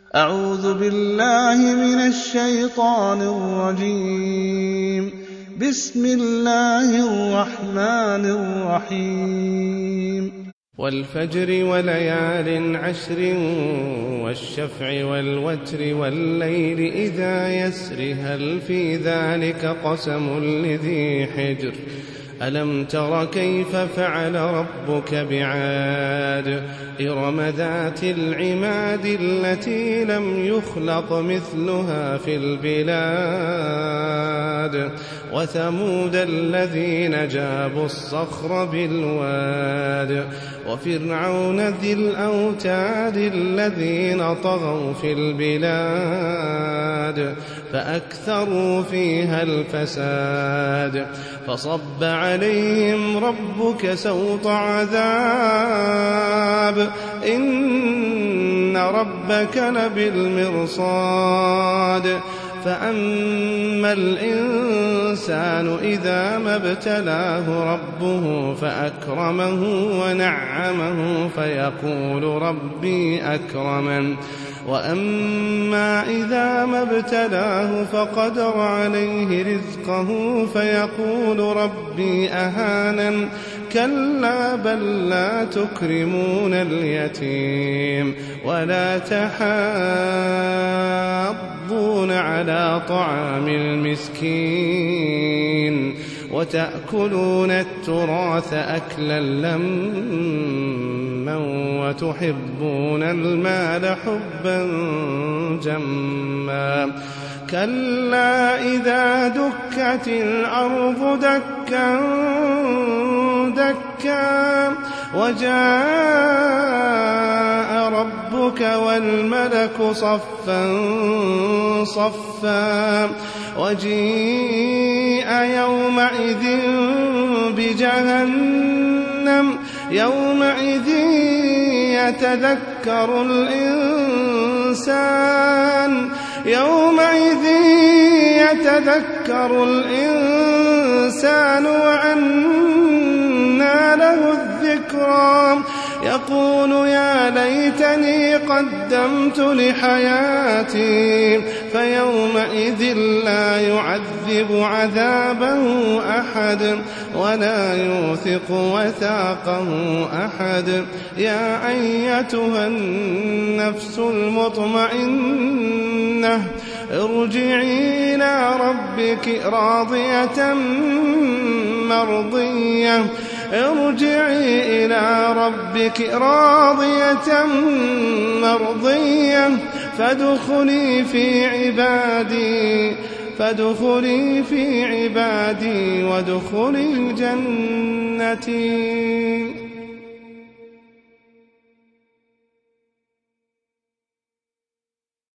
أعوذ بالله من الشيطان الرجيم. بسم الله الرحمن الرحيم. والفجر وليال عشر والشفع والوتر والليل إذا يسر هل في ذلك قسم لذي حجر ألم تر كيف فعل ربك بعاد إرم ذات العماد التي لم يخلق مثلها في البلاد وثمود الذين جابوا الصخر بالواد وفرعون ذي الأوتاد الذين طغوا في البلاد فأكثروا فيها الفساد فصب عليهم ربك سوط عذاب إن ربك لبالمرصاد فأما الإنسان إذا ما ابتلاه ربه فأكرمه ونعمه فيقول ربي أكرمن وأما إذا ما ابتلاه فقدر عليه رزقه فيقول ربي أهانن كلا بل لا تكرمون اليتيم ولا تحاضون على طعام المسكين وتأكلون التراث أكلا لما وتحبون المال حبا جما كلا إذا دكت الأرض دكا دكا وجاء ربك والملك صفا صفا وجيء يومئذ بجهنم يومئذ يتذكر الإنسان وأنى له الذكرى يقول يا ليتني قدمت لحياتي فيومئذ لا يعذب عذابه أحد ولا يوثق وثاقه أحد يا أيتها النفس المطمئنة ارجعي إلى ربك راضية مرضية فادخلي في عبادي وادخلي جنتي.